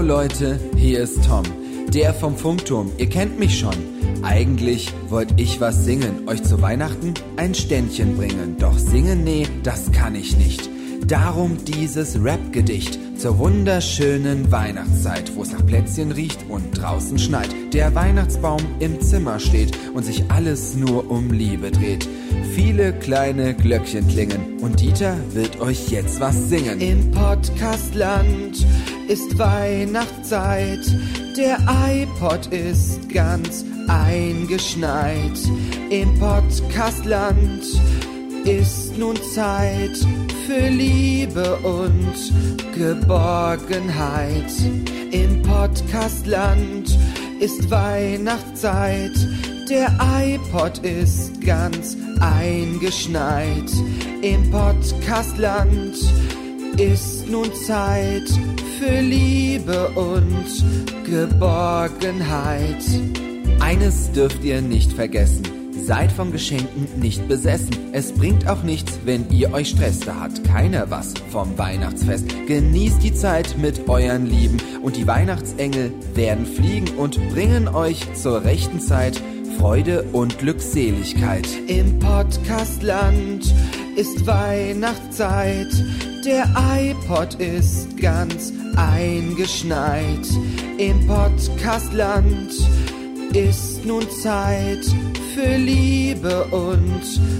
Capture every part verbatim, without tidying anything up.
Leute, hier ist Tom, der vom Funkturm. Ihr kennt mich schon. Eigentlich wollte ich was singen, euch zu Weihnachten ein Ständchen bringen. Doch singen, nee, das kann ich nicht. Darum dieses Rap-Gedicht zur wunderschönen Weihnachtszeit, wo es nach Plätzchen riecht und draußen schneit. Der Weihnachtsbaum im Zimmer steht und sich alles nur um Liebe dreht. Viele kleine Glöckchen klingen und Dieter wird euch jetzt was singen. Im Podcastland ist Weihnachtszeit, der iPod ist ganz eingeschneit. Im Podcastland ist nun Zeit für Liebe und Geborgenheit. Im Podcastland ist Weihnachtszeit, der iPod ist ganz eingeschneit. Im Podcastland ist nun Zeit für Liebe und Geborgenheit. Eines dürft ihr nicht vergessen: Seid vom Geschenken nicht besessen. Es bringt auch nichts, wenn ihr euch stresst. Da hat keiner was vom Weihnachtsfest. Genießt die Zeit mit euren Lieben und die Weihnachtsengel werden fliegen und bringen euch zur rechten Zeit Freude und Glückseligkeit. Im Podcastland ist Weihnachtszeit, der iPod ist ganz eingeschneit. Im Podcastland ist nun Zeit für Liebe und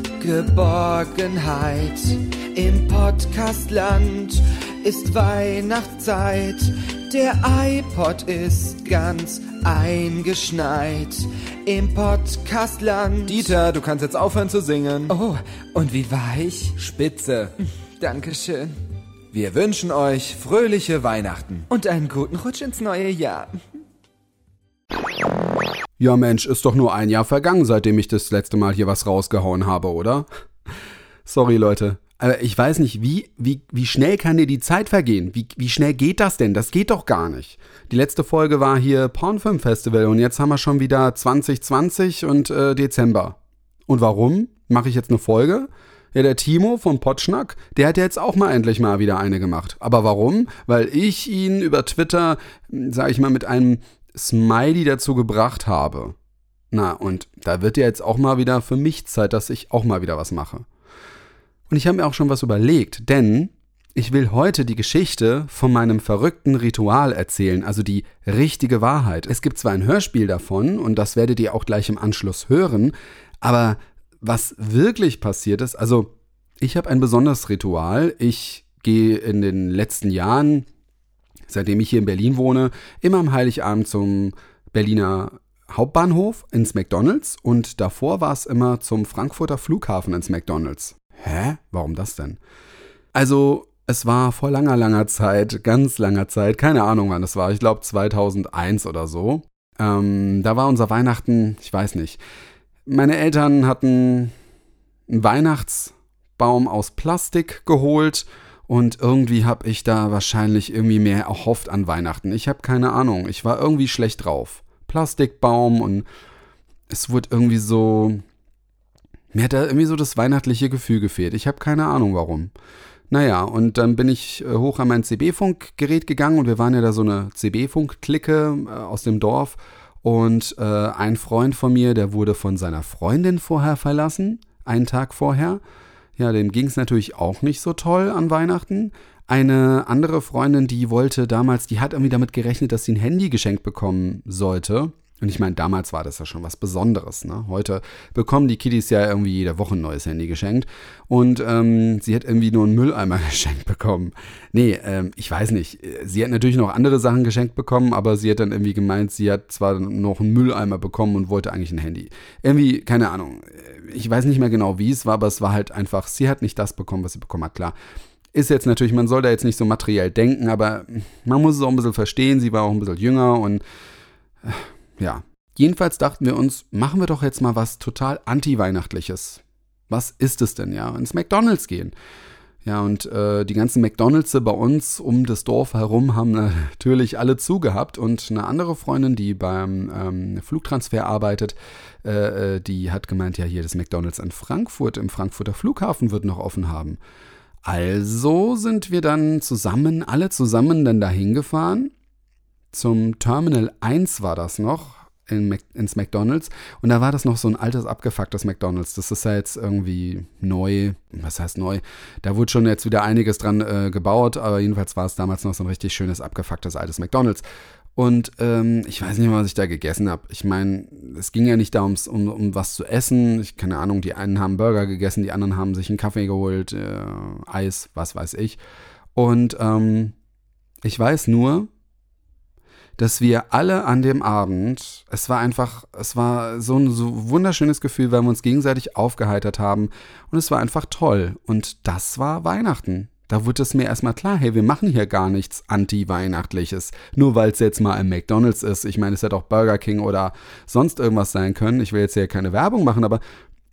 Geborgenheit. Im Podcastland ist Weihnachtszeit, der iPod ist ganz eingeschneit. Im Podcastland... Dieter, du kannst jetzt aufhören zu singen. Oh, und wie war ich? Spitze. Dankeschön. Wir wünschen euch fröhliche Weihnachten. Und einen guten Rutsch ins neue Jahr. Ja Mensch, ist doch nur ein Jahr vergangen, seitdem ich das letzte Mal hier was rausgehauen habe, oder? Sorry Leute, aber ich weiß nicht, wie, wie, wie schnell kann dir die Zeit vergehen? Wie, wie schnell geht das denn? Das geht doch gar nicht. Die letzte Folge war hier Pornfilm Festival und jetzt haben wir schon wieder zwanzig zwanzig und äh, Dezember. Und warum mache ich jetzt eine Folge? Ja, der Timo vom Potschnack, der hat ja jetzt auch mal endlich mal wieder eine gemacht. Aber warum? Weil ich ihn über Twitter, sag ich mal, mit einem Smiley dazu gebracht habe. Na, und da wird ja jetzt auch mal wieder für mich Zeit, dass ich auch mal wieder was mache. Und ich habe mir auch schon was überlegt, denn ich will heute die Geschichte von meinem verrückten Ritual erzählen, also die richtige Wahrheit. Es gibt zwar ein Hörspiel davon und das werdet ihr auch gleich im Anschluss hören, aber was wirklich passiert ist, also ich habe ein besonderes Ritual. Ich gehe in den letzten Jahren, seitdem ich hier in Berlin wohne, immer am Heiligabend zum Berliner Hauptbahnhof ins McDonald's und davor war es immer zum Frankfurter Flughafen ins McDonald's. Hä? Warum das denn? Also, es war vor langer, langer Zeit, ganz langer Zeit, keine Ahnung wann das war, ich glaube zweitausendeins oder so. Ähm, da war unser Weihnachten, ich weiß nicht. Meine Eltern hatten einen Weihnachtsbaum aus Plastik geholt. Und irgendwie habe ich da wahrscheinlich irgendwie mehr erhofft an Weihnachten. Ich habe keine Ahnung. Ich war irgendwie schlecht drauf. Plastikbaum und es wurde irgendwie so... Mir hat da irgendwie so das weihnachtliche Gefühl gefehlt. Ich habe keine Ahnung warum. Naja, und dann bin ich hoch an mein C B-Funkgerät gegangen und wir waren ja da so eine C B-Funk-Clique äh, aus dem Dorf. Und äh, ein Freund von mir, der wurde von seiner Freundin vorher verlassen, einen Tag vorher. Ja, dem ging es natürlich auch nicht so toll an Weihnachten. Eine andere Freundin, die wollte damals, die hat irgendwie damit gerechnet, dass sie ein Handy geschenkt bekommen sollte. Und ich meine, damals war das ja schon was Besonderes, ne? Heute bekommen die Kiddies ja irgendwie jede Woche ein neues Handy geschenkt. Und ähm, sie hat irgendwie nur einen Mülleimer geschenkt bekommen. Nee, ähm, ich weiß nicht. Sie hat natürlich noch andere Sachen geschenkt bekommen, aber sie hat dann irgendwie gemeint, sie hat zwar noch einen Mülleimer bekommen und wollte eigentlich ein Handy. Irgendwie, keine Ahnung. Ich weiß nicht mehr genau, wie es war, aber es war halt einfach, sie hat nicht das bekommen, was sie bekommen hat, klar. Ist jetzt natürlich, man soll da jetzt nicht so materiell denken, aber man muss es auch ein bisschen verstehen. Sie war auch ein bisschen jünger und äh, ja. Jedenfalls dachten wir uns, machen wir doch jetzt mal was total Anti-Weihnachtliches. Was ist es denn, ja? Ins McDonald's gehen. Ja, und äh, die ganzen McDonald's bei uns um das Dorf herum haben natürlich alle zugehabt. Und eine andere Freundin, die beim ähm, Flugtransfer arbeitet, äh, die hat gemeint, ja, hier das McDonald's in Frankfurt, im Frankfurter Flughafen wird noch offen haben. Also sind wir dann zusammen, alle zusammen dann dahin gefahren. zum Terminal eins war das noch, in Mac, ins McDonald's. Und da war das noch so ein altes, abgefucktes McDonald's. Das ist ja jetzt irgendwie neu. Was heißt neu? Da wurde schon jetzt wieder einiges dran äh, gebaut, aber jedenfalls war es damals noch so ein richtig schönes, abgefucktes, altes McDonald's. Und ähm, ich weiß nicht mehr, was ich da gegessen habe. Ich meine, es ging ja nicht darum, um, um was zu essen. Ich keine Ahnung, die einen haben Burger gegessen, die anderen haben sich einen Kaffee geholt, äh, Eis, was weiß ich. Und ähm, ich weiß nur, dass wir alle an dem Abend, es war einfach, es war so ein so wunderschönes Gefühl, weil wir uns gegenseitig aufgeheitert haben und es war einfach toll. Und das war Weihnachten. Da wurde es mir erstmal klar, hey, wir machen hier gar nichts Anti-Weihnachtliches, nur weil es jetzt mal im McDonald's ist. Ich meine, es hätte auch Burger King oder sonst irgendwas sein können. Ich will jetzt hier keine Werbung machen, aber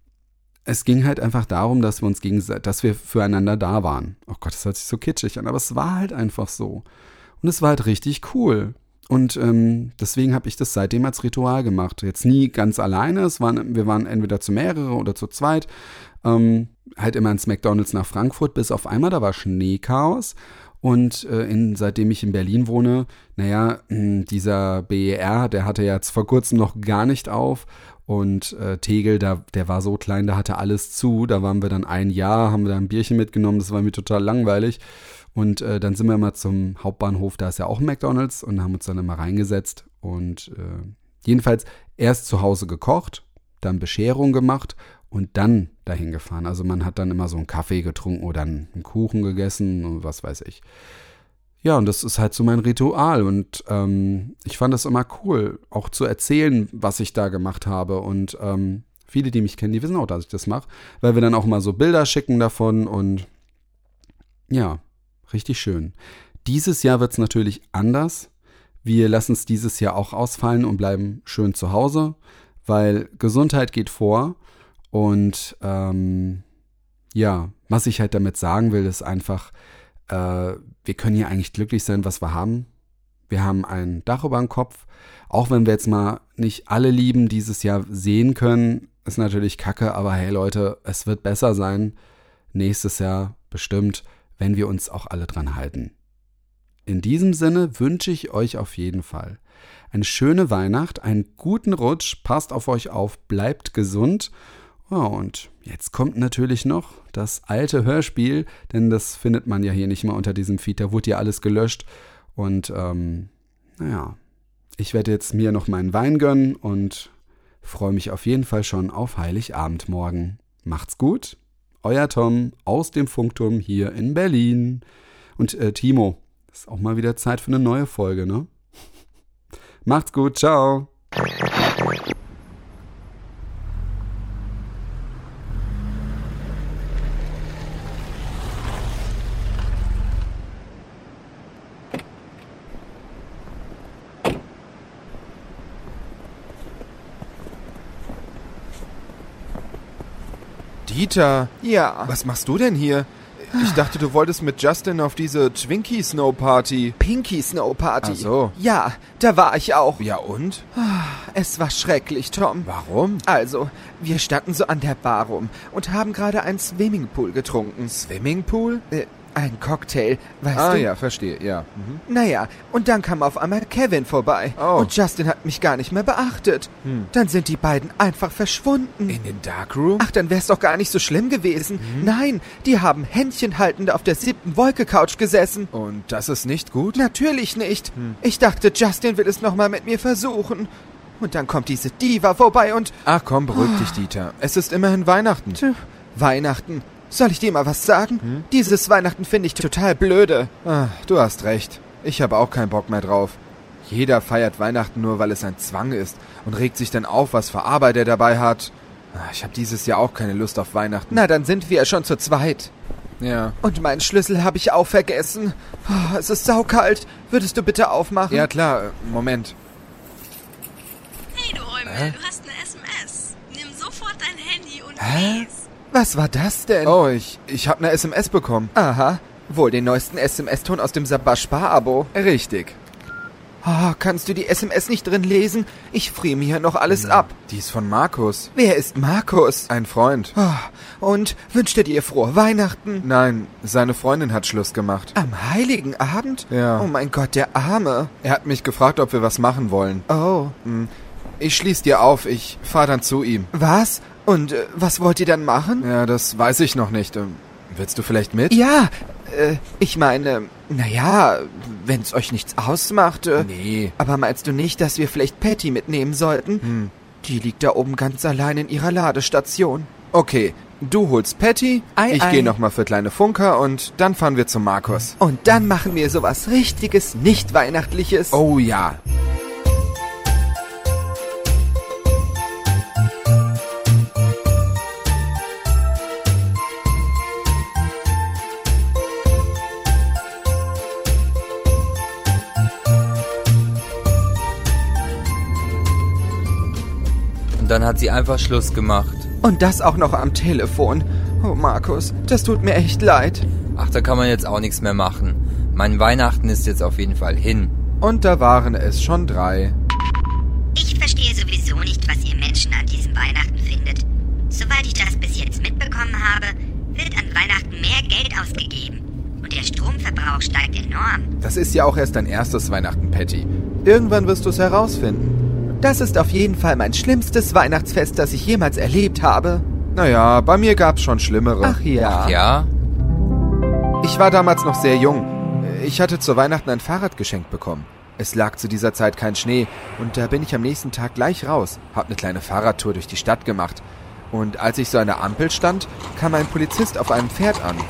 es ging halt einfach darum, dass wir uns gegenseitig, dass wir füreinander da waren. Oh Gott, das hört sich so kitschig an, aber es war halt einfach so. Und es war halt richtig cool. Und ähm, deswegen habe ich das seitdem als Ritual gemacht. Jetzt nie ganz alleine. Es waren, wir waren entweder zu mehrere oder zu zweit. Ähm, halt immer ins McDonald's nach Frankfurt, bis auf einmal, da war Schneechaos. Und äh, in, seitdem ich in Berlin wohne, naja, mh, dieser B E R, der hatte jetzt vor kurzem noch gar nicht auf. Und äh, Tegel, da, der war so klein, da hatte alles zu. Da waren wir dann ein Jahr, haben wir da ein Bierchen mitgenommen. Das war mir total langweilig. Und äh, dann sind wir mal zum Hauptbahnhof, da ist ja auch ein McDonald's und haben uns dann immer reingesetzt und äh, jedenfalls erst zu Hause gekocht, dann Bescherung gemacht und dann dahin gefahren. Also man hat dann immer so einen Kaffee getrunken oder einen Kuchen gegessen und was weiß ich. Ja, und das ist halt so mein Ritual und ähm, ich fand das immer cool, auch zu erzählen, was ich da gemacht habe und ähm, viele, die mich kennen, die wissen auch, dass ich das mache, weil wir dann auch mal so Bilder schicken davon und ja, richtig schön. Dieses Jahr wird es natürlich anders. Wir lassen es dieses Jahr auch ausfallen und bleiben schön zu Hause, weil Gesundheit geht vor. Und ähm, ja, was ich halt damit sagen will, ist einfach, äh, wir können hier eigentlich glücklich sein, was wir haben. Wir haben ein Dach über dem Kopf. Auch wenn wir jetzt mal nicht alle Lieben dieses Jahr sehen können, ist natürlich kacke. Aber hey Leute, es wird besser sein. Nächstes Jahr bestimmt, wenn wir uns auch alle dran halten. In diesem Sinne wünsche ich euch auf jeden Fall eine schöne Weihnacht, einen guten Rutsch, passt auf euch auf, bleibt gesund. Ja, und jetzt kommt natürlich noch das alte Hörspiel, denn das findet man ja hier nicht mal unter diesem Feed, da wurde ja alles gelöscht. Und ähm, naja, ich werde jetzt mir noch meinen Wein gönnen und freue mich auf jeden Fall schon auf Heiligabend morgen. Macht's gut! Euer Tom aus dem Funkturm hier in Berlin. Und äh, Timo, ist auch mal wieder Zeit für eine neue Folge, ne? Macht's gut, ciao. Dieter, Ja. was machst du denn hier? Ich dachte, du wolltest mit Justin auf diese Twinkie Snow Party. Pinky Snow Party. Ach so. Ja, da war ich auch. Ja und? Es war schrecklich, Tom. Warum? Also, wir standen so an der Bar rum und haben gerade einen Swimmingpool getrunken. Swimmingpool? Äh, ein Cocktail, weißt Ah du? ja, verstehe, ja. Mhm. Naja, und dann kam auf einmal Kevin vorbei. Oh. Und Justin hat mich gar nicht mehr beachtet. Hm. Dann sind die beiden einfach verschwunden. In den Darkroom? Ach, dann wär's doch gar nicht so schlimm gewesen. Nein, die haben händchenhaltend auf der siebten Wolke-Couch gesessen. Und das ist nicht gut? Natürlich nicht. Ich dachte, Justin will es nochmal mit mir versuchen. Und dann kommt diese Diva vorbei und... Ach komm, beruhig dich, Dieter. Es ist immerhin Weihnachten. Tch, Weihnachten. Soll ich dir mal was sagen? Dieses Weihnachten finde ich total blöde. Ah, du hast recht. Ich habe auch keinen Bock mehr drauf. Jeder feiert Weihnachten nur, weil es ein Zwang ist und regt sich dann auf, was für Arbeit er dabei hat. Ah, ich habe dieses Jahr auch keine Lust auf Weihnachten. Na, dann sind wir ja schon zu zweit. Ja. Und meinen Schlüssel habe ich auch vergessen. Oh, es ist saukalt. Würdest du bitte aufmachen? Ja klar, äh, Moment. Hey du Eumel, Hä? du hast eine S M S. Nimm sofort dein Handy und Hä? lies. Was war das denn? Oh, ich, ich habe eine S M S bekommen. Aha, wohl den neuesten S M S-Ton aus dem Sabah-Spar-Abo. Richtig. Oh, kannst du die S M S nicht drin lesen? Ich friere mir hier noch alles ab. Die ist von Markus. Wer ist Markus? Ein Freund. Oh, und wünscht er dir frohe Weihnachten? Nein, seine Freundin hat Schluss gemacht. Am Heiligen Abend? Ja. Oh mein Gott, der Arme. Er hat mich gefragt, ob wir was machen wollen. Oh. Ich schließ dir auf, ich fahr dann zu ihm. Was? Und äh, was wollt ihr dann machen? Ja, das weiß ich noch nicht. Ähm, willst du vielleicht mit? Ja, äh, ich meine, naja, wenn's euch nichts ausmacht. Äh, Nee. Aber meinst du nicht, dass wir vielleicht Patty mitnehmen sollten? Hm. Die liegt da oben ganz allein in ihrer Ladestation. Okay, du holst Patty, Ei, ich ei. gehe nochmal für kleine Funker und dann fahren wir zu Markus. Und dann machen wir sowas Richtiges, nicht Weihnachtliches. Oh ja. Und dann hat sie einfach Schluss gemacht. Und das auch noch am Telefon. Oh, Markus, das tut mir echt leid. Ach, da kann man jetzt auch nichts mehr machen. Mein Weihnachten ist jetzt auf jeden Fall hin. Und da waren es schon drei. Ich verstehe sowieso nicht, was ihr Menschen an diesem Weihnachten findet. Soweit ich das bis jetzt mitbekommen habe, wird an Weihnachten mehr Geld ausgegeben. Und der Stromverbrauch steigt enorm. Das ist ja auch erst dein erstes Weihnachten, Patty. Irgendwann wirst du es herausfinden. Das ist auf jeden Fall mein schlimmstes Weihnachtsfest, das ich jemals erlebt habe. Naja, bei mir gab's schon schlimmere. Ach ja. Ja? Ich war damals noch sehr jung. Ich hatte zu Weihnachten ein Fahrrad geschenkt bekommen. Es lag zu dieser Zeit kein Schnee und da bin ich am nächsten Tag gleich raus, hab eine kleine Fahrradtour durch die Stadt gemacht. Und als ich so an der Ampel stand, kam ein Polizist auf einem Pferd an.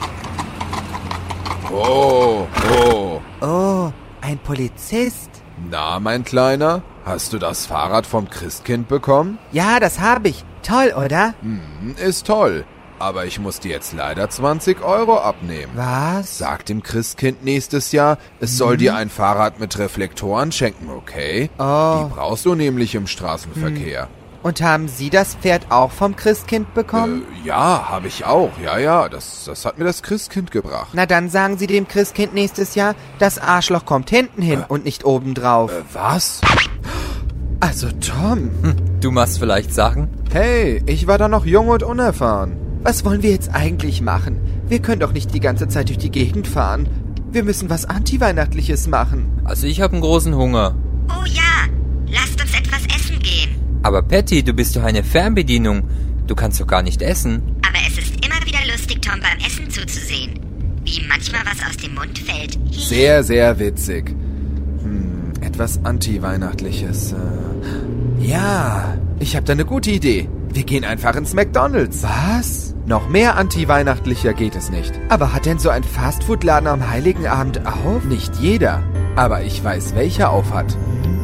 Oh, oh. Oh, ein Polizist? Na, mein Kleiner, hast du das Fahrrad vom Christkind bekommen? Ja, das habe ich. Toll, oder? Hm, ist toll. Aber ich muss dir jetzt leider zwanzig Euro abnehmen. Was? Sag dem Christkind nächstes Jahr, es soll dir ein Fahrrad mit Reflektoren schenken, okay? Oh. Die brauchst du nämlich im Straßenverkehr. Und haben Sie das Pferd auch vom Christkind bekommen? Äh, ja, habe ich auch. Ja, ja, das, das hat mir das Christkind gebracht. Na dann sagen Sie dem Christkind nächstes Jahr, das Arschloch kommt hinten hin und nicht obendrauf. Äh, was? Also Tom, Du machst vielleicht Sachen? Hey, ich war da noch jung und unerfahren. was wollen wir jetzt eigentlich machen? Wir können doch nicht die ganze Zeit durch die Gegend fahren. Wir müssen was Anti-Weihnachtliches machen. Also ich habe einen großen Hunger. Oh ja, lasst uns etwas essen gehen. Aber Patty, du bist doch eine Fernbedienung. Du kannst doch gar nicht essen. Aber es ist immer wieder lustig, Tom beim Essen zuzusehen. Wie ihm manchmal was aus dem Mund fällt. Sehr, sehr witzig. Hm, etwas Anti-Weihnachtliches. Äh, ja, ich habe da eine gute Idee. Wir gehen einfach ins McDonald's. Was? Noch mehr anti-weihnachtlicher geht es nicht. Aber hat denn so ein Fastfood-Laden am Heiligen Abend auf? Nicht jeder, aber ich weiß, welcher auf hat.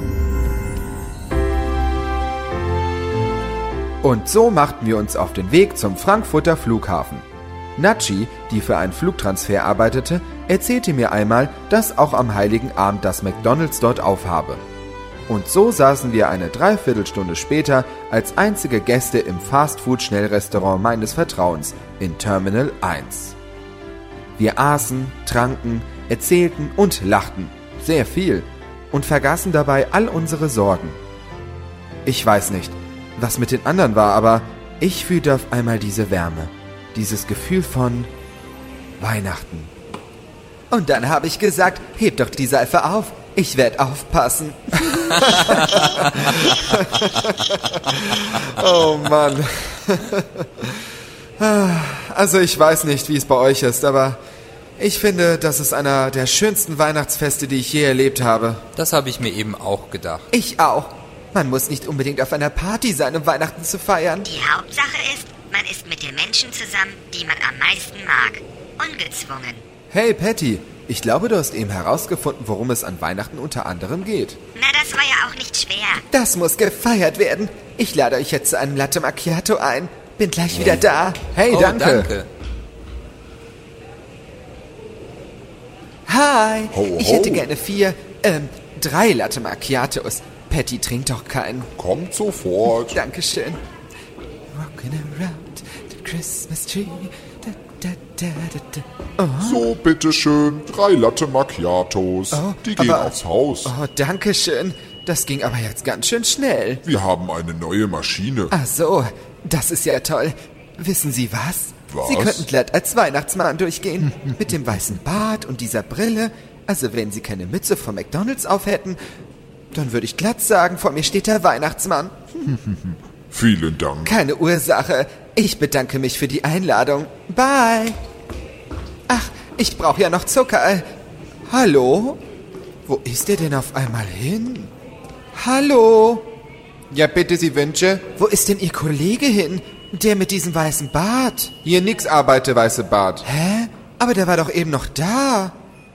Und so machten wir uns auf den Weg zum Frankfurter Flughafen. Natschi, die für einen Flugtransfer arbeitete, erzählte mir einmal, dass auch am Heiligen Abend das McDonald's dort aufhabe. Und so saßen wir eine Dreiviertelstunde später als einzige Gäste im Fastfood-Schnellrestaurant meines Vertrauens in Terminal eins. Wir aßen, tranken, erzählten und lachten. Sehr viel. Und vergaßen dabei all unsere Sorgen. Ich weiß nicht, was mit den anderen war, aber ich fühlte auf einmal diese Wärme. Dieses Gefühl von Weihnachten. Und dann habe ich gesagt, heb doch die Seife auf. Ich werde aufpassen. Oh Mann. Also ich weiß nicht, wie es bei euch ist, aber ich finde, das ist einer der schönsten Weihnachtsfeste, die ich je erlebt habe. Das habe ich mir eben auch gedacht. Ich auch. Man muss nicht unbedingt auf einer Party sein, um Weihnachten zu feiern. Die Hauptsache ist, man ist mit den Menschen zusammen, die man am meisten mag. Ungezwungen. Hey Patty, ich glaube, du hast eben herausgefunden, worum es an Weihnachten unter anderem geht. Na, das war ja auch nicht schwer. Das muss gefeiert werden. Ich lade euch jetzt zu einem Latte Macchiato ein. Bin gleich wieder da. Hey, Oh, danke. danke. Hi. Ho, Ich ho. hätte gerne vier, ähm, drei Latte Macchiatos. Patty trinkt doch keinen. Kommt sofort. Dankeschön. Rockin' around the Christmas tree. Da, da, da, da, da. Oh. So, bitteschön, drei Latte Macchiatos. Oh, Die gehen aber- aufs Haus. Oh, danke schön. Das ging aber jetzt ganz schön schnell. Wir haben eine neue Maschine. Ach so, das ist ja toll. Wissen Sie was? Was? Sie könnten glatt als Weihnachtsmann durchgehen. Mit dem weißen Bart und dieser Brille. Also wenn Sie keine Mütze von McDonald's auf hätten, dann würde ich glatt sagen, vor mir steht der Weihnachtsmann. Vielen Dank. Keine Ursache. Ich bedanke mich für die Einladung. Bye. Ach, ich brauche ja noch Zucker. Hallo? Wo ist er denn auf einmal hin? Hallo? Ja, bitte, Sie Wünsche? Wo ist denn Ihr Kollege hin? Der mit diesem weißen Bart? Hier nix arbeite, weiße Bart. Hä? Aber der war doch eben noch da.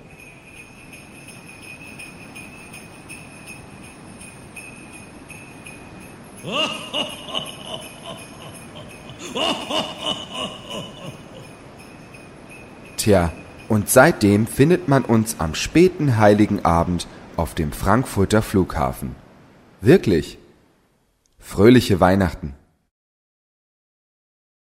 Tja, und seitdem findet man uns am späten heiligen Abend auf dem Frankfurter Flughafen. Wirklich. Fröhliche Weihnachten.